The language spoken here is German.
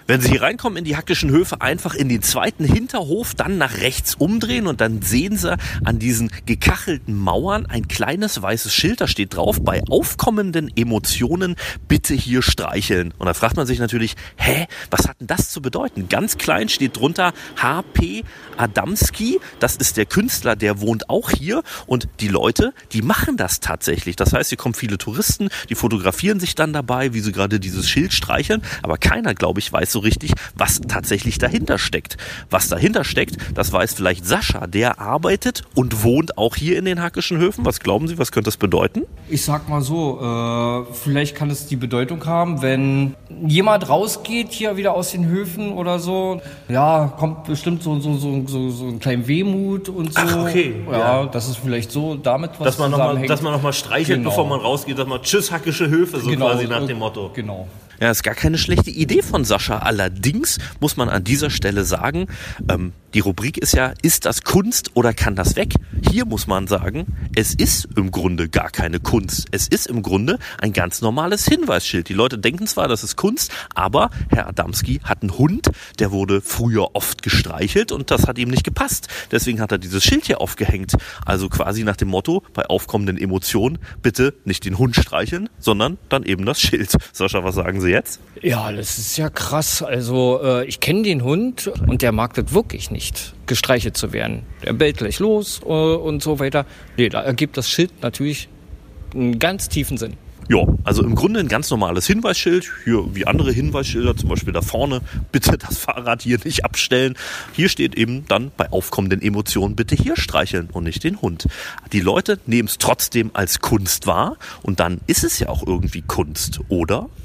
Wenn Sie hier reinkommen in die Hackischen Höfe, einfach in den zweiten Hinterhof, dann nach rechts umdrehen und dann sehen Sie an diesen gekachelten Mauern ein kleines weißes Schild, da steht drauf, bei aufkommenden Emotionen bitte hier streicheln. Und da fragt man sich natürlich, was hat denn das zu bedeuten? Ganz klein steht drunter H.P. Adamski, das ist der Künstler, der wohnt auch hier und die Leute, die machen das tatsächlich. Das heißt, hier kommen viele Touristen, die fotografieren sich dann dabei, wie sie gerade dieses Schild streicheln, aber keiner, glaube ich, weiß so richtig, was tatsächlich dahinter steckt. Was dahinter steckt, das weiß vielleicht Sascha, der arbeitet und wohnt auch hier in den Hackischen Höfen. Was glauben Sie, was könnte das bedeuten? Ich sag mal so, vielleicht kann es die Bedeutung haben, wenn jemand rausgeht hier wieder aus den Höfen oder so, ja, kommt bestimmt so ein kleiner Wehmut und so. Ach, okay. Ja, das ist vielleicht so damit was zusammenhängt. Dass man noch mal streichelt, genau. Bevor man rausgeht, dass man tschüss Hackische Höfe, so genau, quasi nach dem Motto. Genau. Ja, ist gar keine schlechte Idee von Sascha. Allerdings muss man an dieser Stelle sagen, die Rubrik ist ja, ist das Kunst oder kann das weg? Hier muss man sagen, es ist im Grunde gar keine Kunst. Es ist im Grunde ein ganz normales Hinweisschild. Die Leute denken zwar, das ist Kunst, aber Herr Adamski hat einen Hund, der wurde früher oft gestreichelt und das hat ihm nicht gepasst. Deswegen hat er dieses Schild hier aufgehängt. Also quasi nach dem Motto, bei aufkommenden Emotionen bitte nicht den Hund streicheln, sondern dann eben das Schild. Sascha, was sagen Sie jetzt? Ja, das ist ja krass. Also ich kenne den Hund und der mag das wirklich nicht, gestreichelt zu werden. Der bellt gleich los und so weiter. Nee, da ergibt das Schild natürlich einen ganz tiefen Sinn. Ja, also im Grunde ein ganz normales Hinweisschild, hier wie andere Hinweisschilder, zum Beispiel da vorne, bitte das Fahrrad hier nicht abstellen. Hier steht eben dann, bei aufkommenden Emotionen bitte hier streicheln und nicht den Hund. Die Leute nehmen es trotzdem als Kunst wahr und dann ist es ja auch irgendwie Kunst, oder?